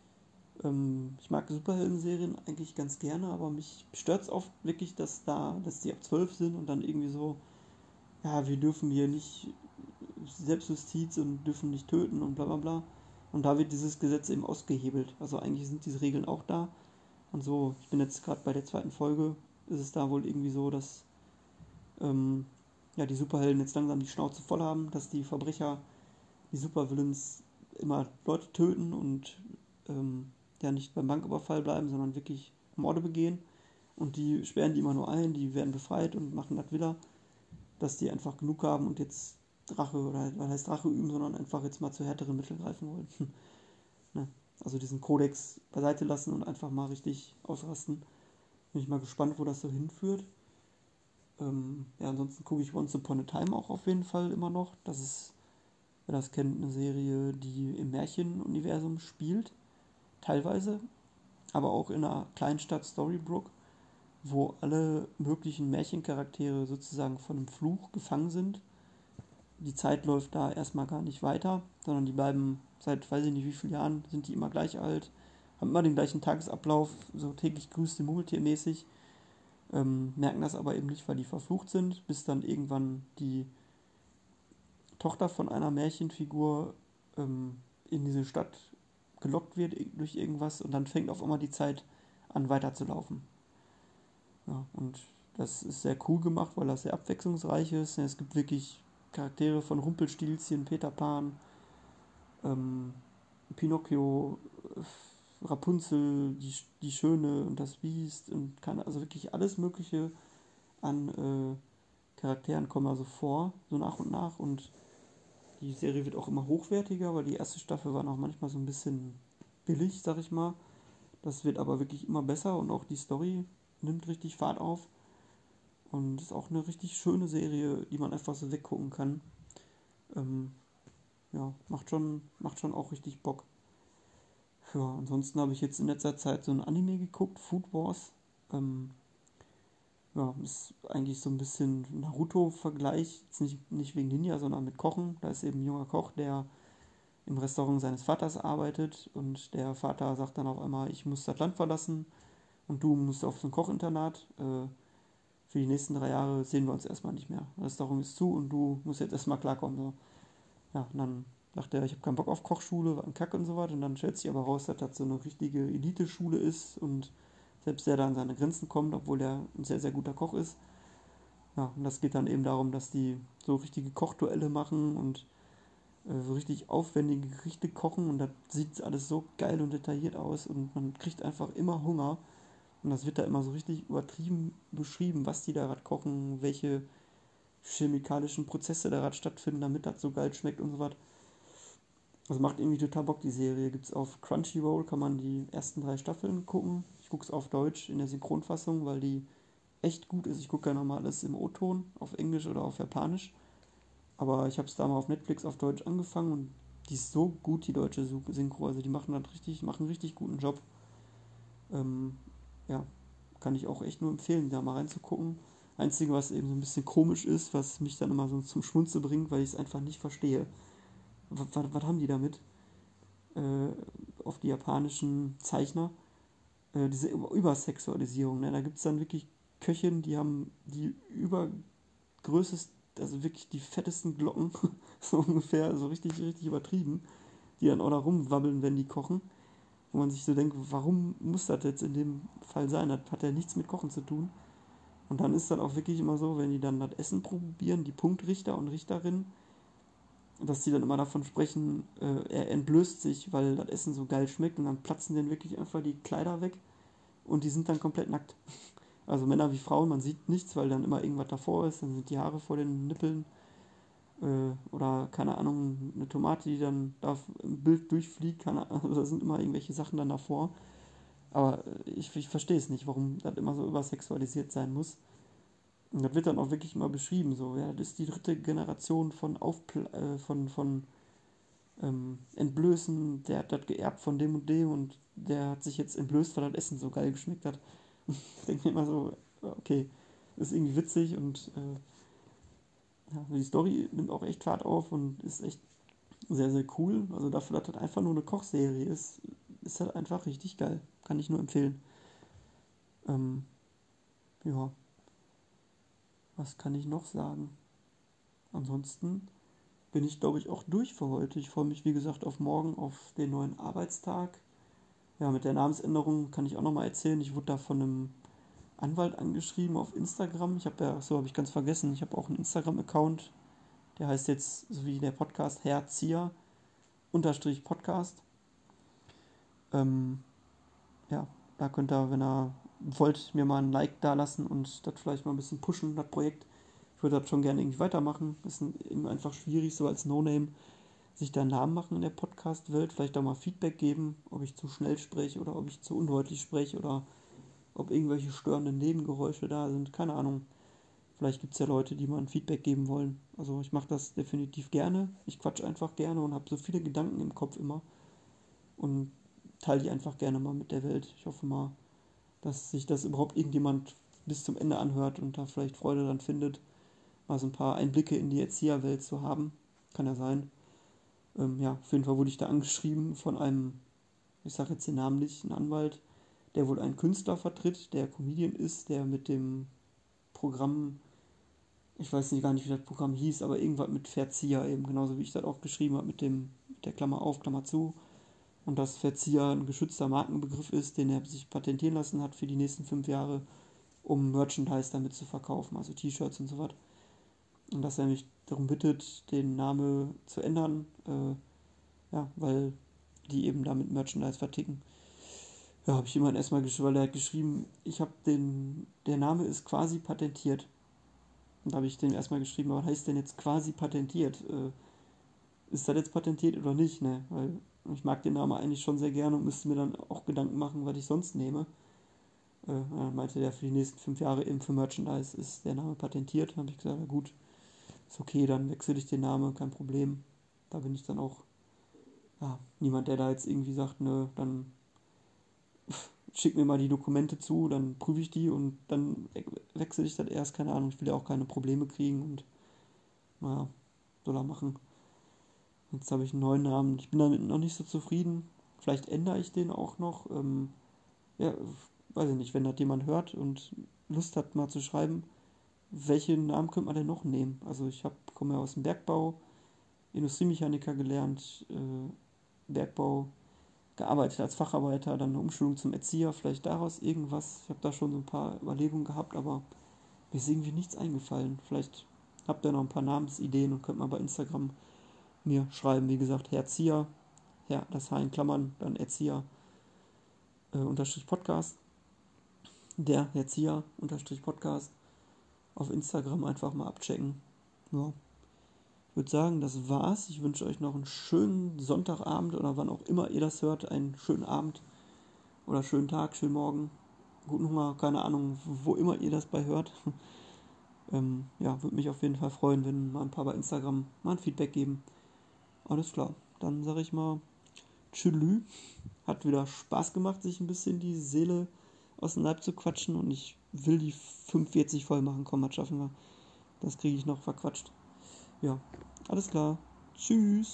Ich mag Superhelden-Serien eigentlich ganz gerne, aber mich stört es oft wirklich, dass die ab 12 sind und dann irgendwie so, ja, wir dürfen hier nicht Selbstjustiz und dürfen nicht töten und bla bla bla. Und da wird dieses Gesetz eben ausgehebelt. Also eigentlich sind diese Regeln auch da. Und so, ich bin jetzt gerade bei der zweiten Folge, ist es da wohl irgendwie so, dass ja, die Superhelden jetzt langsam die Schnauze voll haben, dass die Verbrecher, die Supervillains immer Leute töten und ja nicht beim Banküberfall bleiben, sondern wirklich Morde begehen. Und die sperren die immer nur ein, die werden befreit und machen das wieder, dass die einfach genug haben und jetzt Drache, oder was heißt Drache üben, sondern einfach jetzt mal zu härteren Mitteln greifen wollen. Ne? Also diesen Kodex beiseite lassen und einfach mal richtig ausrasten. Bin ich mal gespannt, wo das so hinführt. Ja, ansonsten gucke ich Once Upon a Time auch auf jeden Fall immer noch. Das ist, wer das kennt, eine Serie, die im Märchenuniversum spielt, teilweise, aber auch in einer Kleinstadt Storybrooke, wo alle möglichen Märchencharaktere sozusagen von einem Fluch gefangen sind. Die Zeit läuft da erstmal gar nicht weiter, sondern die bleiben seit weiß ich nicht wie vielen Jahren, sind die immer gleich alt, haben immer den gleichen Tagesablauf, so täglich grüßt die Murmeltier mäßig, merken das aber eben nicht, weil die verflucht sind, bis dann irgendwann die Tochter von einer Märchenfigur in diese Stadt gelockt wird durch irgendwas und dann fängt auf einmal die Zeit an weiterzulaufen. Ja, und das ist sehr cool gemacht, weil das sehr abwechslungsreich ist. Es gibt wirklich Charaktere von Rumpelstilzchen, Peter Pan, Pinocchio, Rapunzel, die Schöne und das Biest und also wirklich alles Mögliche an Charakteren kommen also vor, so nach und nach. Und die Serie wird auch immer hochwertiger, weil die erste Staffel war noch manchmal so ein bisschen billig, sag ich mal. Das wird aber wirklich immer besser und auch die Story nimmt richtig Fahrt auf. Und ist auch eine richtig schöne Serie, die man einfach so weggucken kann. Ja, macht schon auch richtig Bock. Ja, ansonsten habe ich jetzt in letzter Zeit so ein Anime geguckt, Food Wars. Ja, ist eigentlich so ein bisschen Naruto-Vergleich. Jetzt nicht wegen Ninja, sondern mit Kochen. Da ist eben ein junger Koch, der im Restaurant seines Vaters arbeitet und der Vater sagt dann auf einmal, ich muss das Land verlassen und du musst auf so ein Kochinternat. Für die nächsten 3 Jahre sehen wir uns erstmal nicht mehr. Das Restaurant ist zu und du musst jetzt erstmal klarkommen. So. Ja, und dann dachte er, ich habe keinen Bock auf Kochschule, war ein Kack und so weiter. Und dann stellt sich aber raus, dass das so eine richtige Elite-Schule ist und selbst der da an seine Grenzen kommt, obwohl der ein sehr, sehr guter Koch ist. Ja, und das geht dann eben darum, dass die so richtige Kochduelle machen und so richtig aufwendige Gerichte kochen und das sieht alles so geil und detailliert aus und man kriegt einfach immer Hunger. Und das wird da immer so richtig übertrieben beschrieben, was die da gerade kochen, welche chemikalischen Prozesse da gerade stattfinden, damit das so geil schmeckt und so was. Also macht irgendwie total Bock, die Serie. Gibt es auf Crunchyroll, kann man die ersten 3 Staffeln gucken. Ich gucke es auf Deutsch in der Synchronfassung, weil die echt gut ist. Ich gucke ja nochmal alles im O-Ton, auf Englisch oder auf Japanisch. Aber ich habe es da mal auf Netflix auf Deutsch angefangen und die ist so gut, die deutsche Synchro. Also die machen einen richtig guten Job. Ja, kann ich auch echt nur empfehlen, da mal reinzugucken. Einzige, was eben so ein bisschen komisch ist, was mich dann immer so zum Schmunzeln bringt, weil ich es einfach nicht verstehe. Was haben die damit? Äh, auf die japanischen Zeichner. Diese Übersexualisierung. Ne? Da gibt es dann wirklich Köchinnen, die haben die übergrößest, also wirklich die fettesten Glocken, so ungefähr, so richtig, richtig übertrieben, die dann auch da rumwabbeln, wenn die kochen. Wo man sich so denkt, warum muss das jetzt in dem Fall sein? Das hat ja nichts mit Kochen zu tun. Und dann ist das auch wirklich immer so, wenn die dann das Essen probieren, die Punktrichter und Richterinnen, dass die dann immer davon sprechen, er entblößt sich, weil das Essen so geil schmeckt und dann platzen denen wirklich einfach die Kleider weg und die sind dann komplett nackt. Also Männer wie Frauen, man sieht nichts, weil dann immer irgendwas davor ist, dann sind die Haare vor den Nippeln oder keine Ahnung, eine Tomate, die dann da im Bild durchfliegt, keine Ahnung, also da sind immer irgendwelche Sachen dann davor. Aber ich verstehe es nicht, warum das immer so übersexualisiert sein muss. Und das wird dann auch wirklich mal beschrieben, so, ja, das ist die dritte Generation von Entblößen, der hat das geerbt von dem und dem und der hat sich jetzt entblößt, weil das Essen so geil geschmeckt hat. Ich denke mir immer so, okay, ist irgendwie witzig und ja, die Story nimmt auch echt Fahrt auf und ist echt sehr, sehr cool. Also dafür, dass das einfach nur eine Kochserie ist, ist das einfach richtig geil. Kann ich nur empfehlen. Ähm, ja, was kann ich noch sagen? Ansonsten bin ich, glaube ich, auch durch für heute. Ich freue mich, wie gesagt, auf morgen, auf den neuen Arbeitstag. Ja, mit der Namensänderung kann ich auch nochmal erzählen. Ich wurde da von einem Anwalt angeschrieben auf Instagram. Ich habe ja, so habe ich ganz vergessen, ich habe auch einen Instagram-Account. Der heißt jetzt, so wie der Podcast, Herr Zier unterstrich Podcast. Ja, da könnt ihr, wenn ihr wollt, mir mal ein Like da lassen und das vielleicht mal ein bisschen pushen, das Projekt. Ich würde das schon gerne irgendwie weitermachen. Ist eben einfach schwierig, so als No-Name sich da einen Namen machen in der Podcast-Welt. Vielleicht auch mal Feedback geben, ob ich zu schnell spreche oder ob ich zu undeutlich spreche oder ob irgendwelche störenden Nebengeräusche da sind. Keine Ahnung. Vielleicht gibt es ja Leute, die mal ein Feedback geben wollen. Also ich mache das definitiv gerne. Ich quatsch einfach gerne und habe so viele Gedanken im Kopf immer. Und teile die einfach gerne mal mit der Welt. Ich hoffe mal, dass sich das überhaupt irgendjemand bis zum Ende anhört und da vielleicht Freude dran findet, mal so ein paar Einblicke in die Erzieherwelt zu haben. Kann ja sein. Ja, auf jeden Fall wurde ich da angeschrieben von einem, ich sage jetzt den Namen nicht, ein Anwalt, der wohl einen Künstler vertritt, der Comedian ist, der mit dem Programm, ich weiß nicht gar nicht, wie das Programm hieß, aber irgendwas mit Verzieher eben, genauso wie ich das auch geschrieben habe mit der Klammer auf, Klammer zu. Und dass Verzieher ein geschützter Markenbegriff ist, den er sich patentieren lassen hat für die nächsten 5 Jahre, um Merchandise damit zu verkaufen, also T-Shirts und so was. Und dass er mich darum bittet, den Namen zu ändern, ja, weil die eben damit Merchandise verticken. Ja, habe ich jemand erstmal geschrieben, weil er hat geschrieben, der Name ist quasi patentiert. Und da habe ich den erstmal geschrieben, aber was heißt denn jetzt quasi patentiert? Ist das jetzt patentiert oder nicht, ne? Weil ich mag den Namen eigentlich schon sehr gerne und müsste mir dann auch Gedanken machen, was ich sonst nehme. Dann meinte der, für die nächsten 5 Jahre eben für Merchandise ist der Name patentiert. Dann habe ich gesagt, ja gut, ist okay, dann wechsle ich den Namen, kein Problem. Da bin ich dann auch, ja, niemand, der da jetzt irgendwie sagt, nö, dann schick mir mal die Dokumente zu, dann prüfe ich die und dann wechsle ich das erst, keine Ahnung, ich will ja auch keine Probleme kriegen und naja, soll er machen. Jetzt habe ich einen neuen Namen, ich bin damit noch nicht so zufrieden, vielleicht ändere ich den auch noch, ja, weiß ich nicht, wenn das jemand hört und Lust hat mal zu schreiben, welchen Namen könnte man denn noch nehmen? Also ich komme ja aus dem Bergbau, Industriemechaniker gelernt, Bergbau gearbeitet als Facharbeiter, dann eine Umschulung zum Erzieher, vielleicht daraus irgendwas. Ich habe da schon so ein paar Überlegungen gehabt, aber mir ist irgendwie nichts eingefallen. Vielleicht habt ihr noch ein paar Namensideen und könnt mal bei Instagram mir schreiben. Wie gesagt, Herr Erzieher, ja, das H in Klammern, dann Erzieher unterstrich Podcast, der Erzieher unterstrich Podcast auf Instagram einfach mal abchecken. Ja, ich würde sagen, das war's. Ich wünsche euch noch einen schönen Sonntagabend oder wann auch immer ihr das hört, einen schönen Abend oder schönen Tag, schönen Morgen, guten Hunger, keine Ahnung, wo immer ihr das bei hört. Ja, würde mich auf jeden Fall freuen, wenn mal ein paar bei Instagram mal ein Feedback geben. Alles klar, dann sage ich mal Tschüss. Hat wieder Spaß gemacht, sich ein bisschen die Seele aus dem Leib zu quatschen und ich will die 45 voll machen. Komm, das schaffen wir. Das kriege ich noch verquatscht. Ja, alles klar. Tschüss.